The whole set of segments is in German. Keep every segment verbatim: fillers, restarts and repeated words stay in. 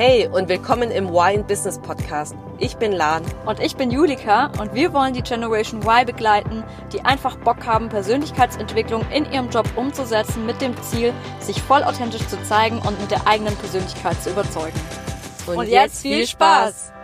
Hey und willkommen im Y in Business Podcast. Ich bin Lan. Und ich bin Julika und wir wollen die Generation Y begleiten, die einfach Bock haben, Persönlichkeitsentwicklung in ihrem Job umzusetzen mit dem Ziel, sich voll authentisch zu zeigen und mit der eigenen Persönlichkeit zu überzeugen. Und, und jetzt viel Spaß!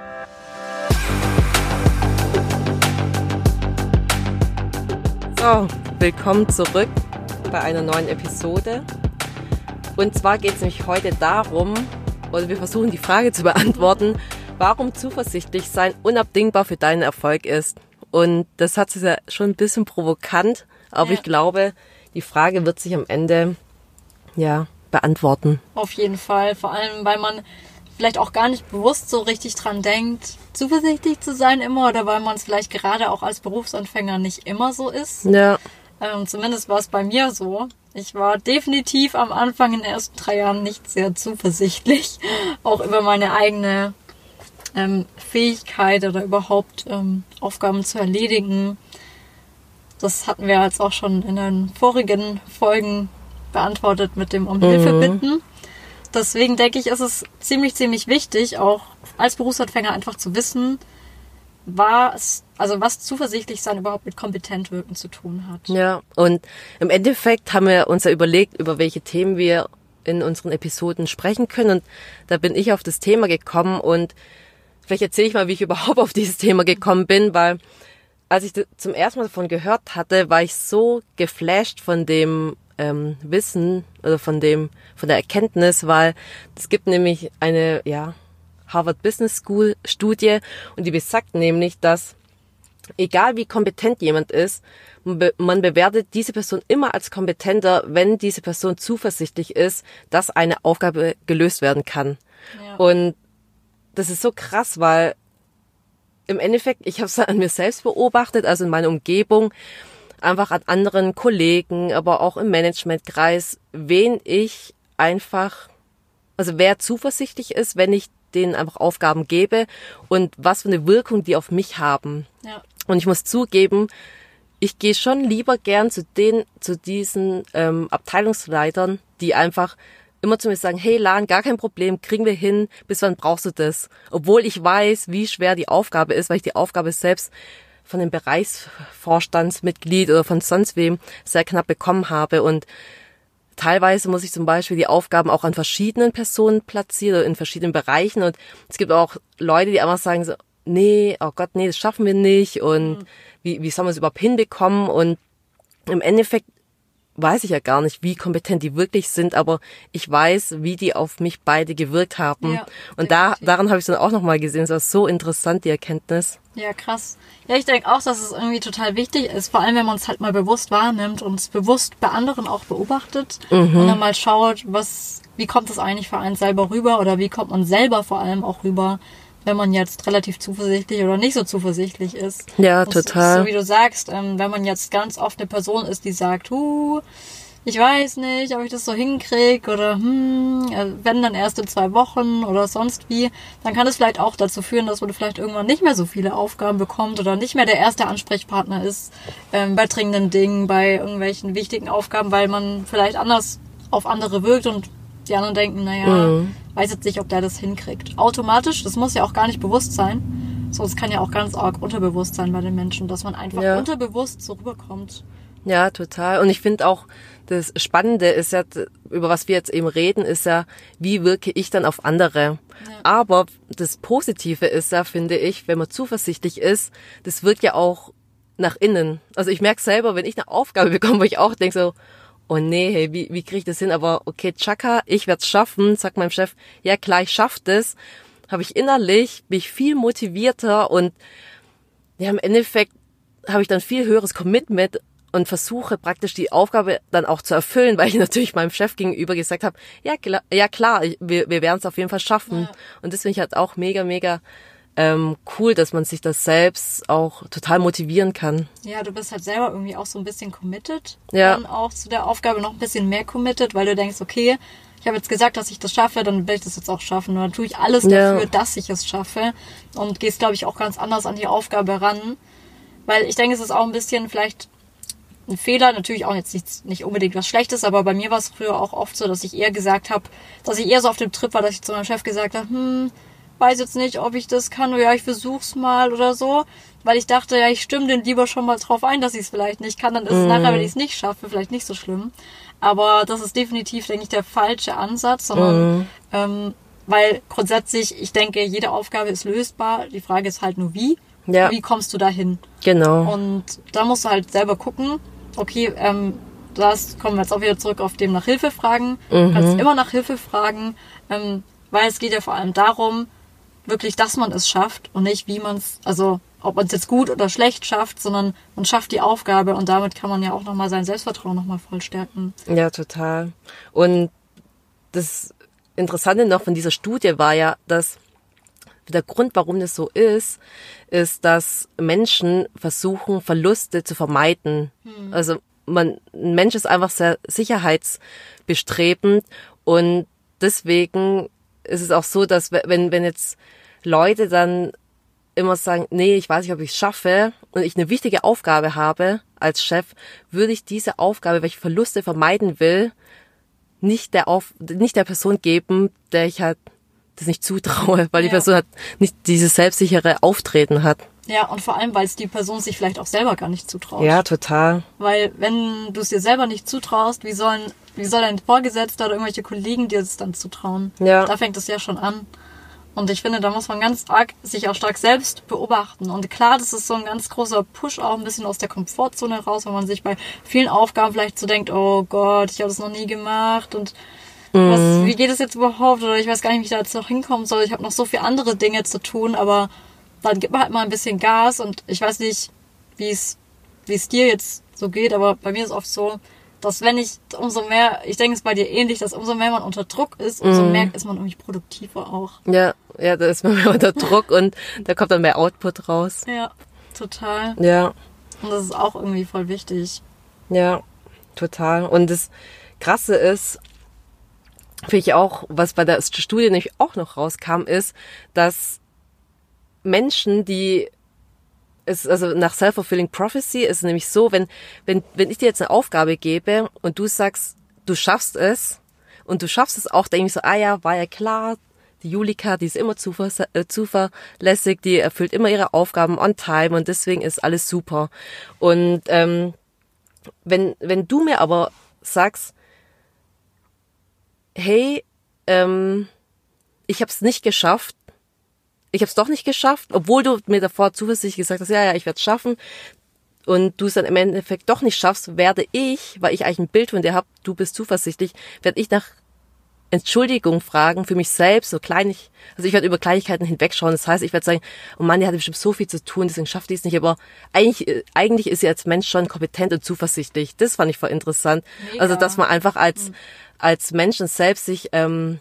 So, willkommen zurück bei einer neuen Episode. Und zwar geht es nämlich heute darum, oder wir versuchen die Frage zu beantworten, warum zuversichtlich sein unabdingbar für deinen Erfolg ist. Und das hat sich ja schon ein bisschen provokant, aber ja. Ich glaube, die Frage wird sich am Ende ja beantworten. Auf jeden Fall, vor allem, weil man vielleicht auch gar nicht bewusst so richtig dran denkt, zuversichtlich zu sein immer, oder weil man es vielleicht gerade auch als Berufsanfänger nicht immer so ist. Ja. Ähm, zumindest war es bei mir so. Ich war definitiv am Anfang in den ersten drei Jahren nicht sehr zuversichtlich, auch über meine eigene ähm, Fähigkeit oder überhaupt ähm, Aufgaben zu erledigen. Das hatten wir jetzt auch schon in den vorigen Folgen beantwortet mit dem um Hilfe bitten. Deswegen denke ich, ist es ziemlich, ziemlich wichtig, auch als Berufsanfänger einfach zu wissen, was, also was zuversichtlich sein überhaupt mit kompetent wirken zu tun hat. Ja, und im Endeffekt haben wir uns ja überlegt, über welche Themen wir in unseren Episoden sprechen können. Und da bin ich auf das Thema gekommen und vielleicht erzähle ich mal, wie ich überhaupt auf dieses Thema gekommen bin, weil als ich zum ersten Mal davon gehört hatte, war ich so geflasht von dem ähm, Wissen oder von dem, von der Erkenntnis, weil es gibt nämlich eine, ja, Harvard Business School Studie und die besagt nämlich, dass egal wie kompetent jemand ist, man bewertet diese Person immer als kompetenter, wenn diese Person zuversichtlich ist, dass eine Aufgabe gelöst werden kann. Ja. Und das ist so krass, weil im Endeffekt, ich habe es an mir selbst beobachtet, also in meiner Umgebung, einfach an anderen Kollegen, aber auch im Managementkreis, wen ich einfach, also wer zuversichtlich ist, wenn ich denen einfach Aufgaben gebe und was für eine Wirkung die auf mich haben. Ja. Und ich muss zugeben, ich gehe schon lieber gern zu den, zu diesen ähm, Abteilungsleitern, die einfach immer zu mir sagen, hey Lan, gar kein Problem, kriegen wir hin, bis wann brauchst du das? Obwohl ich weiß, wie schwer die Aufgabe ist, weil ich die Aufgabe selbst von dem Bereichsvorstandsmitglied oder von sonst wem sehr knapp bekommen habe. Und teilweise muss ich zum Beispiel die Aufgaben auch an verschiedenen Personen platzieren oder in verschiedenen Bereichen. Und es gibt auch Leute, die einfach sagen so, nee, oh Gott, nee, das schaffen wir nicht. Und mhm. wie, wie sollen wir es überhaupt hinbekommen? Und im Endeffekt weiß ich ja gar nicht, wie kompetent die wirklich sind, aber ich weiß, wie die auf mich beide gewirkt haben. Ja, und da daran habe ich es dann auch nochmal gesehen. Es war so interessant, die Erkenntnis. Ja, krass. Ja, ich denke auch, dass es irgendwie total wichtig ist, vor allem wenn man es halt mal bewusst wahrnimmt und es bewusst bei anderen auch beobachtet mhm. und dann mal schaut, was, wie kommt es eigentlich für einen selber rüber oder wie kommt man selber vor allem auch rüber, wenn man jetzt relativ zuversichtlich oder nicht so zuversichtlich ist. Ja, das total. Ist so wie du sagst, ähm, wenn man jetzt ganz oft eine Person ist, die sagt, huh, ich weiß nicht, ob ich das so hinkriege oder hm, wenn dann erst in zwei Wochen oder sonst wie, dann kann es vielleicht auch dazu führen, dass man vielleicht irgendwann nicht mehr so viele Aufgaben bekommt oder nicht mehr der erste Ansprechpartner ist ähm, bei dringenden Dingen, bei irgendwelchen wichtigen Aufgaben, weil man vielleicht anders auf andere wirkt und die anderen denken, naja, mhm. weiß jetzt nicht, ob der das hinkriegt. Automatisch, das muss ja auch gar nicht bewusst sein, so es kann ja auch ganz arg unterbewusst sein bei den Menschen, dass man einfach ja. unterbewusst so rüberkommt. Ja, total. Und ich finde auch, das Spannende ist ja, über was wir jetzt eben reden, ist ja, wie wirke ich dann auf andere? Ja. Aber das Positive ist ja, finde ich, wenn man zuversichtlich ist, das wirkt ja auch nach innen. Also ich merke selber, wenn ich eine Aufgabe bekomme, wo ich auch denke so, oh nee, hey, wie, wie kriege ich das hin? Aber okay, tschakka, ich werde es schaffen, sagt meinem Chef, ja klar, ich schaff das. Habe ich innerlich, bin ich viel motivierter und ja, im Endeffekt habe ich dann viel höheres Commitment und versuche praktisch die Aufgabe dann auch zu erfüllen, weil ich natürlich meinem Chef gegenüber gesagt habe, ja klar, ja klar, wir, wir werden es auf jeden Fall schaffen. Ja. Und das finde ich halt auch mega, mega ähm, cool, dass man sich das selbst auch total motivieren kann. Ja, du bist halt selber irgendwie auch so ein bisschen committed. Ja. Dann auch zu der Aufgabe noch ein bisschen mehr committed, weil du denkst, okay, ich habe jetzt gesagt, dass ich das schaffe, dann will ich das jetzt auch schaffen. Und dann tue ich alles dafür, ja. dass ich es schaffe. Und gehst, glaube ich, auch ganz anders an die Aufgabe ran. Weil ich denke, es ist auch ein bisschen vielleicht ein Fehler, natürlich auch jetzt nicht, nicht unbedingt was Schlechtes, aber bei mir war es früher auch oft so, dass ich eher gesagt habe, dass ich eher so auf dem Trip war, dass ich zu meinem Chef gesagt habe, hm, weiß jetzt nicht, ob ich das kann, oder ja, ich versuch's mal oder so, weil ich dachte, ja, ich stimme den lieber schon mal drauf ein, dass ich es vielleicht nicht kann, dann ist es Mhm. nachher, wenn ich es nicht schaffe, vielleicht nicht so schlimm. Aber das ist definitiv, denke ich, der falsche Ansatz, sondern Mhm. ähm, weil grundsätzlich, ich denke, jede Aufgabe ist lösbar, die Frage ist halt nur wie. Ja. Wie kommst du dahin? Genau. Und da musst du halt selber gucken, okay, ähm, das kommen wir jetzt auch wieder zurück auf dem nach Hilfe fragen. Du kannst immer nach Hilfe fragen, ähm, weil es geht ja vor allem darum, wirklich, dass man es schafft und nicht, wie man es, also ob man es jetzt gut oder schlecht schafft, sondern man schafft die Aufgabe und damit kann man ja auch nochmal sein Selbstvertrauen nochmal voll stärken. Ja, total. Und das Interessante noch von dieser Studie war ja, dass der Grund, warum das so ist, ist, dass Menschen versuchen, Verluste zu vermeiden. Hm. Also man, ein Mensch ist einfach sehr sicherheitsbestrebend und deswegen ist es auch so, dass wenn, wenn jetzt Leute dann immer sagen, nee, ich weiß nicht, ob ich es schaffe und ich eine wichtige Aufgabe habe als Chef, würde ich diese Aufgabe, weil ich Verluste vermeiden will, nicht der Auf, nicht der Person geben, der ich halt das nicht zutraue, weil die ja. Person halt nicht dieses selbstsichere Auftreten hat. Ja, und vor allem, weil es die Person sich vielleicht auch selber gar nicht zutraut. Ja, total. Weil wenn du es dir selber nicht zutraust, wie sollen, wie soll dein Vorgesetzter oder irgendwelche Kollegen dir es dann zutrauen? Ja. Da fängt es ja schon an. Und ich finde, da muss man ganz arg, sich auch stark selbst beobachten. Und klar, das ist so ein ganz großer Push auch ein bisschen aus der Komfortzone raus, wenn man sich bei vielen Aufgaben vielleicht so denkt, oh Gott, ich habe das noch nie gemacht und Mhm. was, wie geht es jetzt überhaupt? Oder ich weiß gar nicht, wie ich da jetzt noch hinkommen soll. Ich habe noch so viele andere Dinge zu tun, aber dann gibt man halt mal ein bisschen Gas und ich weiß nicht, wie es wie es dir jetzt so geht, aber bei mir ist oft so, dass wenn ich umso mehr, ich denke es ist bei dir ähnlich, dass umso mehr man unter Druck ist, umso Mhm. mehr ist man irgendwie produktiver auch. Ja, ja, da ist man mehr unter Druck und da kommt dann mehr Output raus. Ja, total. Ja, Und das ist auch irgendwie voll wichtig. ja, total. Und das Krasse ist, finde ich auch, was bei der Studie nämlich auch noch rauskam, ist, dass Menschen, die es, also nach Self-Fulfilling Prophecy ist es nämlich so, wenn, wenn, wenn ich dir jetzt eine Aufgabe gebe und du sagst, du schaffst es und du schaffst es auch, denke ich so, ah ja, war ja klar, die Julika, die ist immer zuver- äh, zuverlässig, die erfüllt immer ihre Aufgaben on time und deswegen ist alles super. Und ähm, wenn, wenn du mir aber sagst, hey, ähm, ich habe es nicht geschafft, ich habe es doch nicht geschafft, obwohl du mir davor zuversichtlich gesagt hast, ja, ja, ich werde es schaffen und du es dann im Endeffekt doch nicht schaffst, werde ich, weil ich eigentlich ein Bild von dir habe, du bist zuversichtlich, werde ich nach Entschuldigung fragen für mich selbst, so kleinig, also ich werde über Kleinigkeiten hinwegschauen, das heißt, ich werde sagen, oh Mann, die hatte bestimmt so viel zu tun, deswegen schafft die es nicht, aber eigentlich, eigentlich ist sie als Mensch schon kompetent und zuversichtlich, das fand ich voll interessant, Mega. Also dass man einfach als, als Menschen selbst sich ähm,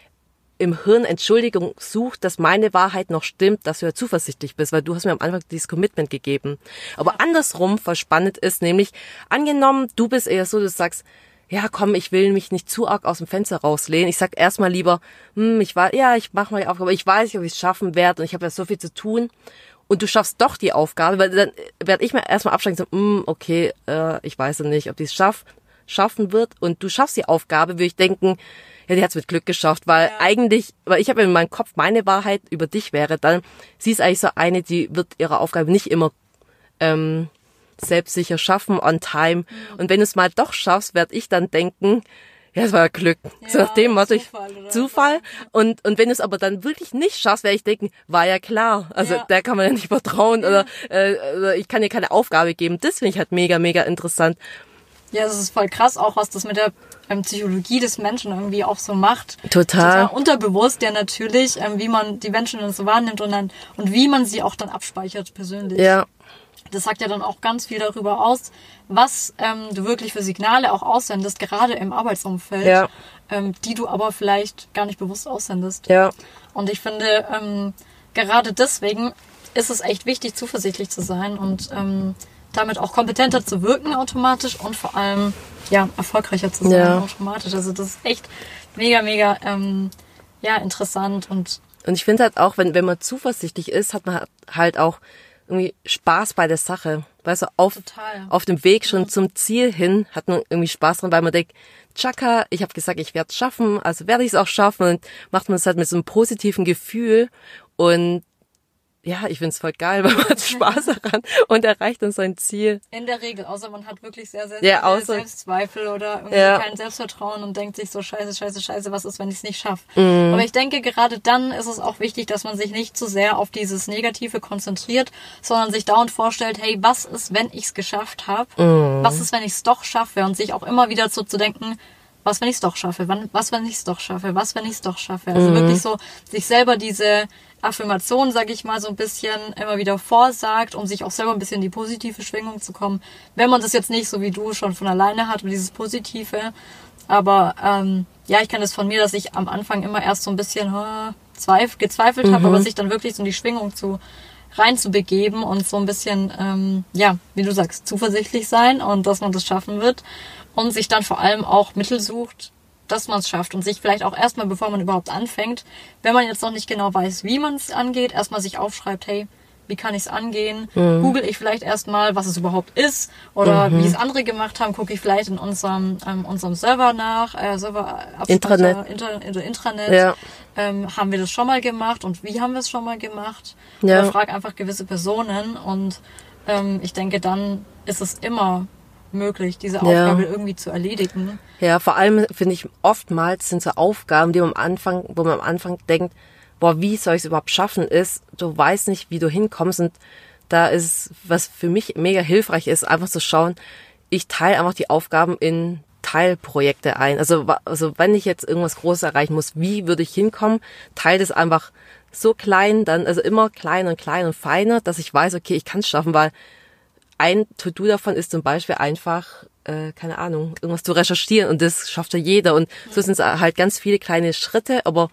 im Hirn Entschuldigung sucht, dass meine Wahrheit noch stimmt, dass du ja zuversichtlich bist, weil du hast mir am Anfang dieses Commitment gegeben. Aber ja. Andersrum voll spannend ist, nämlich angenommen, du bist eher so, du sagst, ja komm, ich will mich nicht zu arg aus dem Fenster rauslehnen. Ich sag erstmal lieber, hm, ich war, ja, ich mache mal die Aufgabe, ich weiß nicht, ob ich es schaffen werde und ich habe ja so viel zu tun. Und du schaffst doch die Aufgabe, weil dann werde ich mir erstmal abschrecken und so, hm, okay, äh, ich weiß ja nicht, ob die es schaff, schaffen wird. Und du schaffst die Aufgabe, würde ich denken, ja, die hat's mit Glück geschafft, weil ja. eigentlich, weil ich habe in meinem Kopf, meine Wahrheit über dich wäre dann, sie ist eigentlich so eine, die wird ihre Aufgabe nicht immer ähm, selbstsicher schaffen, on time. Mhm. Und wenn du es mal doch schaffst, werde ich dann denken, ja, es war ja Glück. Ja, so nach dem Motto, ich, Zufall. Zufall. Und, und wenn du es aber dann wirklich nicht schaffst, werde ich denken, war ja klar. Also ja. der kann man ja nicht vertrauen ja. oder äh, ich kann dir keine Aufgabe geben. Das finde ich halt mega, mega interessant. Ja, das ist voll krass auch, was das mit der ähm, Psychologie des Menschen irgendwie auch so macht. Total. Total unterbewusst, ja natürlich, ähm, wie man die Menschen dann so wahrnimmt und dann und wie man sie auch dann abspeichert persönlich. Ja. Das sagt ja dann auch ganz viel darüber aus, was ähm, du wirklich für Signale auch aussendest, gerade im Arbeitsumfeld, ja. ähm, die du aber vielleicht gar nicht bewusst aussendest. Ja. Und ich finde, ähm, gerade deswegen ist es echt wichtig, zuversichtlich zu sein und ähm, damit auch kompetenter zu wirken automatisch und vor allem ja erfolgreicher zu sein ja. automatisch. Also das ist echt mega, mega ähm, ja interessant und und ich finde halt auch, wenn wenn man zuversichtlich ist, hat man halt auch irgendwie Spaß bei der Sache. Weißt du, auf, Total. auf dem Weg schon zum Ziel hin hat man irgendwie Spaß dran, weil man denkt, Chaka, ich habe gesagt, ich werde es schaffen, also werde ich es auch schaffen und macht man es halt mit so einem positiven Gefühl und ja, ich find's voll geil, weil man hat Spaß daran und erreicht dann sein Ziel. In der Regel, außer man hat wirklich sehr, sehr, ja, sehr außer, Selbstzweifel oder irgendwie ja. kein Selbstvertrauen und denkt sich so, scheiße, scheiße, scheiße, was ist, wenn ich es nicht schaffe? Mhm. Aber ich denke, gerade dann ist es auch wichtig, dass man sich nicht zu sehr auf dieses Negative konzentriert, sondern sich dauernd vorstellt, hey, was ist, wenn ich es geschafft habe? Mhm. Was ist, wenn ich es doch schaffe? Und sich auch immer wieder so zu denken, was, wenn ich es doch schaffe? Wann, was, wenn ich es doch schaffe? Was, wenn ich es doch schaffe? Also Mhm. wirklich so, sich selber diese Affirmation, sage ich mal, so ein bisschen immer wieder vorsagt, um sich auch selber ein bisschen in die positive Schwingung zu kommen. Wenn man das jetzt nicht so wie du schon von alleine hat, dieses Positive. Aber ähm, ja, ich kenne das von mir, dass ich am Anfang immer erst so ein bisschen äh, zweif- gezweifelt Mhm. habe, aber sich dann wirklich so in die Schwingung zu reinzubegeben und so ein bisschen, ähm, ja, wie du sagst, zuversichtlich sein und dass man das schaffen wird und sich dann vor allem auch Mittel sucht, dass man es schafft und sich vielleicht auch erstmal, bevor man überhaupt anfängt, wenn man jetzt noch nicht genau weiß, wie man es angeht, erstmal sich aufschreibt, hey, wie kann ich es angehen? Mhm. Google ich vielleicht erstmal, was es überhaupt ist oder mhm. wie es andere gemacht haben, gucke ich vielleicht in unserem ähm, unserem Server nach, äh, Server Intranet, Inter, Inter, Intranet. Ja. Ähm, haben wir das schon mal gemacht und wie haben wir es schon mal gemacht? Ja. Oder frag einfach gewisse Personen und ähm, ich denke, dann ist es immer möglich, diese Aufgabe ja. irgendwie zu erledigen. Ja, vor allem finde ich oftmals sind so Aufgaben, die man am Anfang, wo man am Anfang denkt, boah, wie soll ich es überhaupt schaffen, ist, du weißt nicht, wie du hinkommst und da ist, was für mich mega hilfreich ist, einfach zu schauen, ich teile einfach die Aufgaben in Teilprojekte ein. Also, also wenn ich jetzt irgendwas Großes erreichen muss, wie würde ich hinkommen, teile das einfach so klein, dann, also immer kleiner und kleiner und feiner, dass ich weiß, okay, ich kann es schaffen, weil ein To-Do davon ist zum Beispiel einfach, äh, keine Ahnung, irgendwas zu recherchieren und das schafft ja jeder und so sind es halt ganz viele kleine Schritte, aber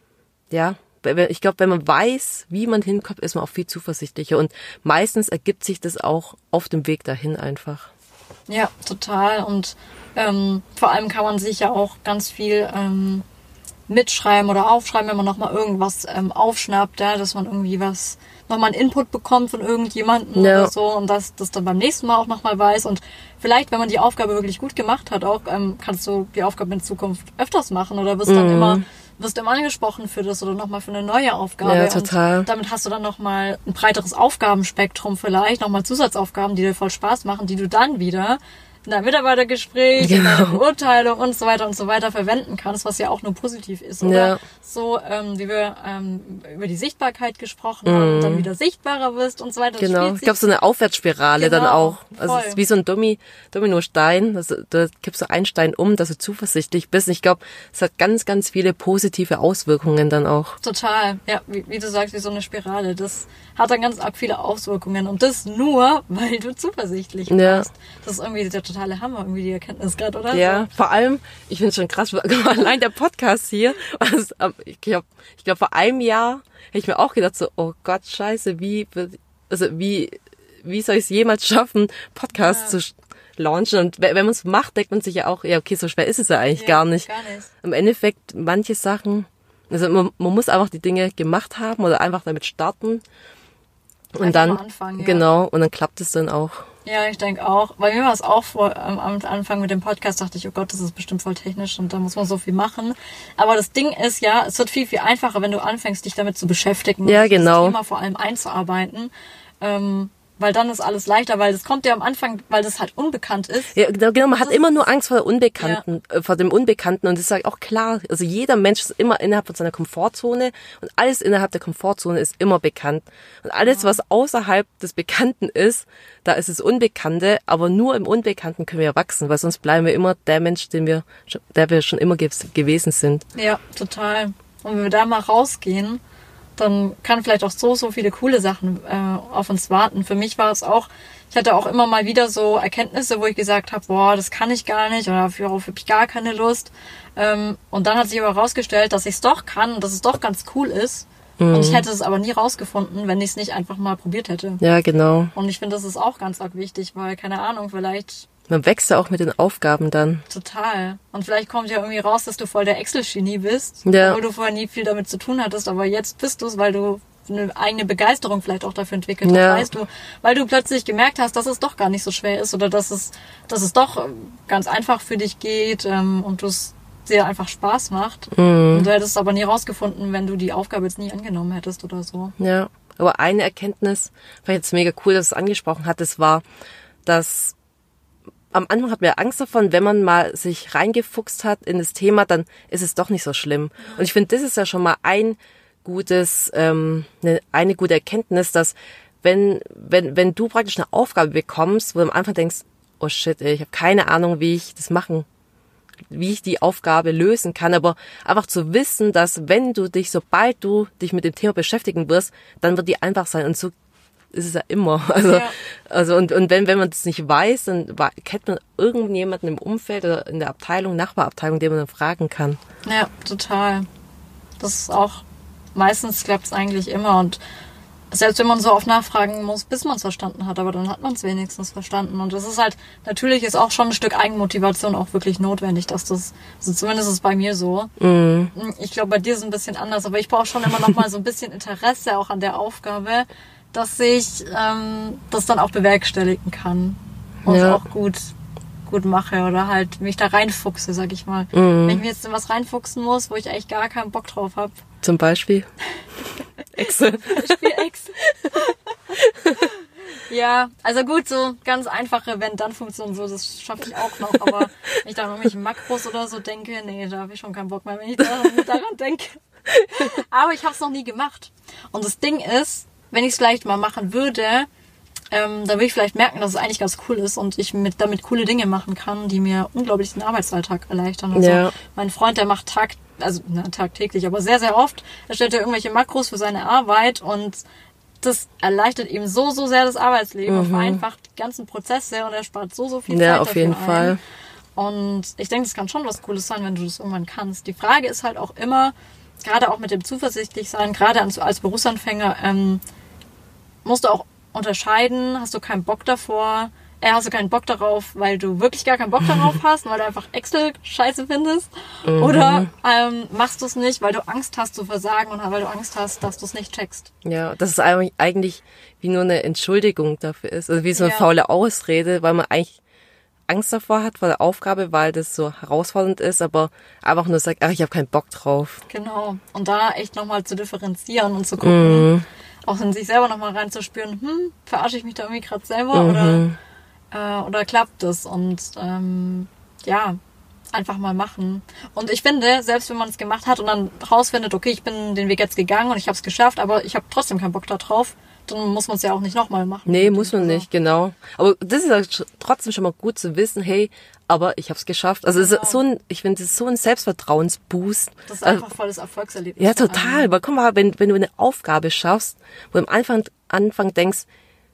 ja, ich glaube, wenn man weiß, wie man hinkommt, ist man auch viel zuversichtlicher und meistens ergibt sich das auch auf dem Weg dahin einfach. Ja, total und ähm, vor allem kann man sich ja auch ganz viel ähm, mitschreiben oder aufschreiben, wenn man nochmal irgendwas ähm, aufschnappt, ja, dass man irgendwie was, nochmal einen Input bekommt von irgendjemandem ja. oder so und das, das dann beim nächsten Mal auch nochmal weiß und vielleicht, wenn man die Aufgabe wirklich gut gemacht hat, auch ähm, kannst du die Aufgabe in Zukunft öfters machen oder wirst mhm. dann immer wirst immer angesprochen für das oder nochmal für eine neue Aufgabe. Ja, total. Und damit hast du dann nochmal ein breiteres Aufgabenspektrum vielleicht, nochmal Zusatzaufgaben, die dir voll Spaß machen, die du dann wieder in deinem Mitarbeitergespräch, genau. in deiner Beurteilung und so weiter und so weiter verwenden kannst, was ja auch nur positiv ist, oder? Ja. So, ähm, wie wir ähm, über die Sichtbarkeit gesprochen haben, mm. dann wieder sichtbarer wirst und so weiter. Genau, ich glaube so eine Aufwärtsspirale genau, dann auch. Also voll. Es ist wie so ein Domi, Dominostein, also, da kippst du einen Stein um, dass du zuversichtlich bist. Und ich glaube, es hat ganz, ganz viele positive Auswirkungen dann auch. Total, ja, wie, wie du sagst, wie so eine Spirale. Das hat dann ganz arg viele Auswirkungen und das nur, weil du zuversichtlich ja. bist. Das ist irgendwie der totale Hammer, irgendwie die Erkenntnis gerade, oder? Ja, vor allem, ich finde es schon krass, allein der Podcast hier, also, ich glaube, ich glaub, vor einem Jahr hätte ich mir auch gedacht so, oh Gott, scheiße, wie, also wie, wie soll ich es jemals schaffen, Podcasts ja. zu launchen? Und wenn man es macht, denkt man sich ja auch, ja okay, so schwer ist es ja eigentlich ja, gar nicht. Gar nicht. Im Endeffekt, manche Sachen, also man, man muss einfach die Dinge gemacht haben oder einfach damit starten. Und einfach dann, mal anfangen, ja. genau, und dann klappt es dann auch. Ja, ich denke auch. Bei mir war es auch vor, ähm, am Anfang mit dem Podcast, dachte ich, oh Gott, das ist bestimmt voll technisch und da muss man so viel machen. Aber das Ding ist ja, es wird viel, viel einfacher, wenn du anfängst, dich damit zu beschäftigen. Ja, genau. Das Thema vor allem einzuarbeiten. Ähm, weil dann ist alles leichter, weil das kommt ja am Anfang, weil das halt unbekannt ist. Ja, genau, man hat immer nur Angst vor der Unbekannten, ja. äh, vor dem Unbekannten und das ist halt auch klar. Also jeder Mensch ist immer innerhalb von seiner Komfortzone und alles innerhalb der Komfortzone ist immer bekannt. Und alles, ja. was außerhalb des Bekannten ist, da ist es Unbekannte, aber nur im Unbekannten können wir wachsen, weil sonst bleiben wir immer der Mensch, den wir, der wir schon immer ge- gewesen sind. Ja, total. Und wenn wir da mal rausgehen, dann kann vielleicht auch so, so viele coole Sachen äh, auf uns warten. Für mich war es auch, ich hatte auch immer mal wieder so Erkenntnisse, wo ich gesagt habe, boah, das kann ich gar nicht oder darauf habe ich gar keine Lust. Ähm, und dann hat sich aber herausgestellt, dass ich es doch kann und dass es doch ganz cool ist. Mhm. Und ich hätte es aber nie rausgefunden, wenn ich es nicht einfach mal probiert hätte. Ja, genau. Und ich finde, das ist auch ganz arg wichtig, weil, keine Ahnung, vielleicht... Man wächst ja auch mit den Aufgaben dann. Total. Und vielleicht kommt ja irgendwie raus, dass du voll der Excel-Genie bist, ja. obwohl du vorher nie viel damit zu tun hattest, aber jetzt bist du es, weil du eine eigene Begeisterung vielleicht auch dafür entwickelt hast, Ja. weißt du, weil du plötzlich gemerkt hast, dass es doch gar nicht so schwer ist oder dass es, dass es doch ganz einfach für dich geht ähm, und du es dir einfach Spaß macht. Mhm. Und du hättest es aber nie rausgefunden, wenn du die Aufgabe jetzt nie angenommen hättest oder so. Ja, aber eine Erkenntnis, fand ich jetzt mega cool, dass du es angesprochen hattest, war, dass am Anfang hat man ja Angst davon, wenn man mal sich reingefuchst hat in das Thema, dann ist es doch nicht so schlimm. Und ich finde, das ist ja schon mal ein gutes, ähm, eine, eine gute Erkenntnis, dass wenn, wenn, wenn du praktisch eine Aufgabe bekommst, wo du am Anfang denkst, oh shit, ey, ich habe keine Ahnung, wie ich das machen wie ich die Aufgabe lösen kann, aber einfach zu wissen, dass wenn du dich, sobald du dich mit dem Thema beschäftigen wirst, dann wird die einfach sein und so ist es ja immer. Also, Ja. also und, und wenn, wenn man das nicht weiß, dann wa- kennt man irgendjemanden im Umfeld oder in der Abteilung, Nachbarabteilung, den man dann fragen kann. Ja, total. Das ist auch, meistens klappt es eigentlich immer und selbst wenn man so oft nachfragen muss, bis man es verstanden hat, aber dann hat man es wenigstens verstanden. Und das ist halt, natürlich ist auch schon ein Stück Eigenmotivation auch wirklich notwendig, dass das, also zumindest ist es bei mir so. Mhm. Ich glaube, bei dir ist es ein bisschen anders, aber ich brauche schon immer noch mal so ein bisschen Interesse auch an der Aufgabe, dass ich ähm, das dann auch bewerkstelligen kann und Ja. auch gut gut mache oder halt mich da reinfuchse, sag ich mal. Mhm. Wenn ich mir jetzt in was reinfuchsen muss, wo ich eigentlich gar keinen Bock drauf habe. Zum Beispiel Excel. Ich spiele Excel. Ja, also gut, so ganz einfache Wenn-Dann-Funktionen, so, das schaffe ich auch noch, aber wenn ich da an irgendwelche Makros oder so denke, nee, da habe ich schon keinen Bock mehr, wenn ich daran, daran denke. Aber ich habe es noch nie gemacht. Und das Ding ist, wenn ich es vielleicht mal machen würde, ähm, dann würde ich vielleicht merken, dass es eigentlich ganz cool ist und ich mit damit coole Dinge machen kann, die mir unglaublich den Arbeitsalltag erleichtern. Also Ja. mein Freund, der macht tag, also na, tagtäglich, aber sehr, sehr oft, er stellt ja irgendwelche Makros für seine Arbeit und das erleichtert ihm so, so sehr das Arbeitsleben und vereinfacht die ganzen Prozesse und er spart so, so viel Zeit Ja, auf dafür jeden ein. Fall. Und ich denke, das kann schon was Cooles sein, wenn du das irgendwann kannst. Die Frage ist halt auch immer, gerade auch mit dem zuversichtlich sein, gerade als, als Berufsanfänger, ähm, musst du auch unterscheiden, hast du keinen Bock davor, äh, hast du keinen Bock darauf, weil du wirklich gar keinen Bock darauf hast, weil du einfach Excel scheiße findest, Mhm. oder ähm, machst du es nicht, weil du Angst hast zu versagen und weil du Angst hast, dass du es nicht checkst. Ja, das ist eigentlich- eigentlich wie nur eine Entschuldigung dafür ist. Also wie so eine Ja. faule Ausrede, weil man eigentlich Angst davor hat vor der Aufgabe, weil das so herausfordernd ist, aber einfach nur sagt, ach, ich habe keinen Bock drauf. Genau. Und da echt nochmal zu differenzieren und zu gucken, Mhm. auch in sich selber nochmal reinzuspüren, hm, verarsche ich mich da irgendwie gerade selber oder, äh, oder klappt das? Und ähm, ja, einfach mal machen. Und ich finde, selbst wenn man es gemacht hat und dann rausfindet, okay, ich bin den Weg jetzt gegangen und ich habe es geschafft, aber ich habe trotzdem keinen Bock da drauf, dann muss man es ja auch nicht nochmal machen. Nee, muss man Also, nicht, genau. Aber das ist ja sch- trotzdem schon mal gut zu wissen, hey, aber ich habe es geschafft. Also es ist Genau. so ein, ich finde, das ist so ein Selbstvertrauensboost. Das ist Also, einfach volles Erfolgserlebnis. ja, vor total. allem. Weil guck mal, wenn, wenn du eine Aufgabe schaffst, wo du am Anfang, Anfang denkst,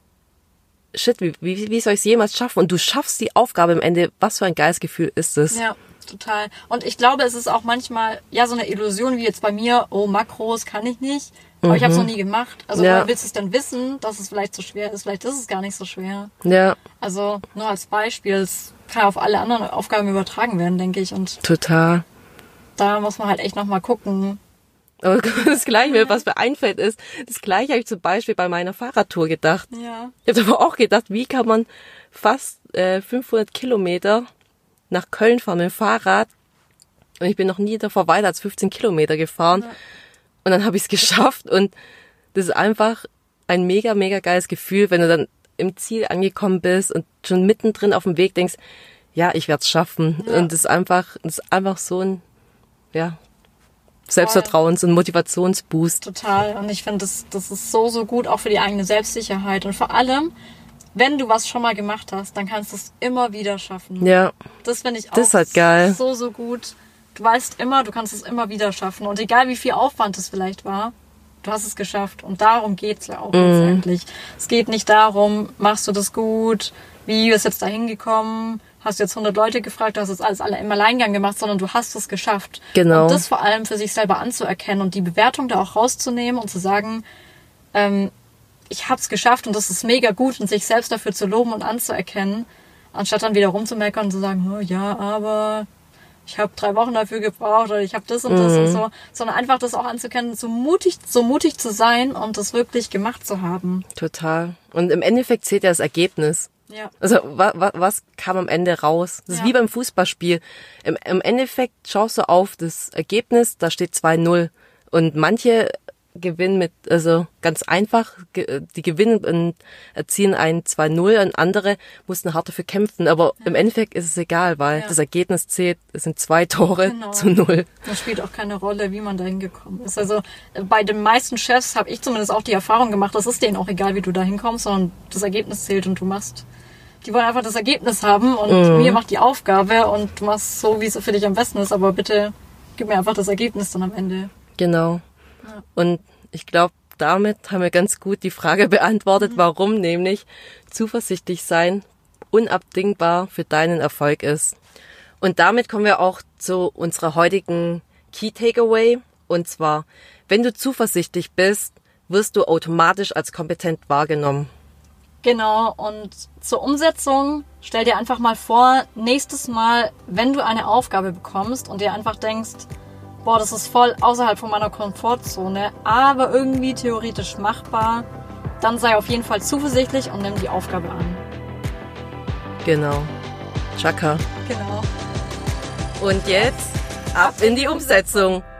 shit, wie, wie, wie soll ich es jemals schaffen? Und du schaffst die Aufgabe am Ende, was für ein geiles Gefühl ist es? Ja, total. Und ich glaube, es ist auch manchmal, ja, so eine Illusion wie jetzt bei mir, oh, Makros kann ich nicht. Aber ich habe es noch nie gemacht. Also Ja. woher willst du es denn wissen, dass es vielleicht so schwer ist? Vielleicht ist es gar nicht so schwer. Ja, Also nur als Beispiel, es kann auf alle anderen Aufgaben übertragen werden, denke ich. Und total. da muss man halt echt nochmal gucken. Aber das Gleiche, was mir einfällt, ist, das Gleiche habe ich zum Beispiel bei meiner Fahrradtour gedacht. Ja. Ich habe aber auch gedacht, wie kann man fast äh, fünfhundert Kilometer nach Köln fahren mit dem Fahrrad? Und ich bin noch nie davor weiter als fünfzehn Kilometer gefahren. Ja. Und dann habe ich es geschafft. Und das ist einfach ein mega, mega geiles Gefühl, wenn du dann im Ziel angekommen bist und schon mittendrin auf dem Weg denkst, ja, ich werde es schaffen. Ja. Und das ist einfach, das ist einfach so ein, ja, Selbstvertrauens- und Motivationsboost. Total. Und ich finde, das, das ist so, so gut, auch für die eigene Selbstsicherheit. Und vor allem, wenn du was schon mal gemacht hast, dann kannst du es immer wieder schaffen. Ja, Das finde ich auch Das ist halt geil. so, so gut. Du weißt immer, du kannst es immer wieder schaffen. Und egal wie viel Aufwand es vielleicht war, du hast es geschafft. Und darum geht's ja auch letztendlich. Es geht nicht darum, machst du das gut, wie ist jetzt da hingekommen, hast du jetzt hundert Leute gefragt, du hast jetzt alles alle im Alleingang gemacht, sondern du hast es geschafft. Genau. Und das vor allem für sich selber anzuerkennen und die Bewertung da auch rauszunehmen und zu sagen, ähm, ich hab's geschafft und das ist mega gut und sich selbst dafür zu loben und anzuerkennen, anstatt dann wieder rumzumeckern und zu sagen, oh, ja, aber ich habe drei Wochen dafür gebraucht oder ich habe das und das Mhm. und so, sondern einfach das auch anzukennen, so mutig, so mutig zu sein und das wirklich gemacht zu haben. Total. Und im Endeffekt zählt ja das Ergebnis. Ja. Also wa, wa, was kam am Ende raus? Das ist Ja. wie beim Fußballspiel. Im, Im Endeffekt schaust du auf das Ergebnis, da steht zwei null. Und manche gewinnen mit, also ganz einfach, ge- die gewinnen und erzielen ein zwei null und andere mussten hart dafür kämpfen. Aber im Endeffekt ist es egal, weil Ja. das Ergebnis zählt, es sind zwei Tore Genau. zu null. Das spielt auch keine Rolle, wie man da hingekommen ist. Also äh, bei den meisten Chefs habe ich zumindest auch die Erfahrung gemacht, das ist denen auch egal, wie du da hinkommst, sondern das Ergebnis zählt und du machst. Die wollen einfach das Ergebnis haben und Mhm. mir macht die Aufgabe und du machst so, wie es für dich am besten ist, aber bitte gib mir einfach das Ergebnis dann am Ende. Genau. Ja. Und ich glaube, damit haben wir ganz gut die Frage beantwortet, warum nämlich zuversichtlich sein unabdingbar für deinen Erfolg ist. Und damit kommen wir auch zu unserer heutigen Key Takeaway. Und zwar, wenn du zuversichtlich bist, wirst du automatisch als kompetent wahrgenommen. Genau, und zur Umsetzung stell dir einfach mal vor, nächstes Mal, wenn du eine Aufgabe bekommst und dir einfach denkst, boah, das ist voll außerhalb von meiner Komfortzone, aber irgendwie theoretisch machbar, dann sei auf jeden Fall zuversichtlich und nimm die Aufgabe an. Genau. Chaka. Genau. Und jetzt ab in die Umsetzung.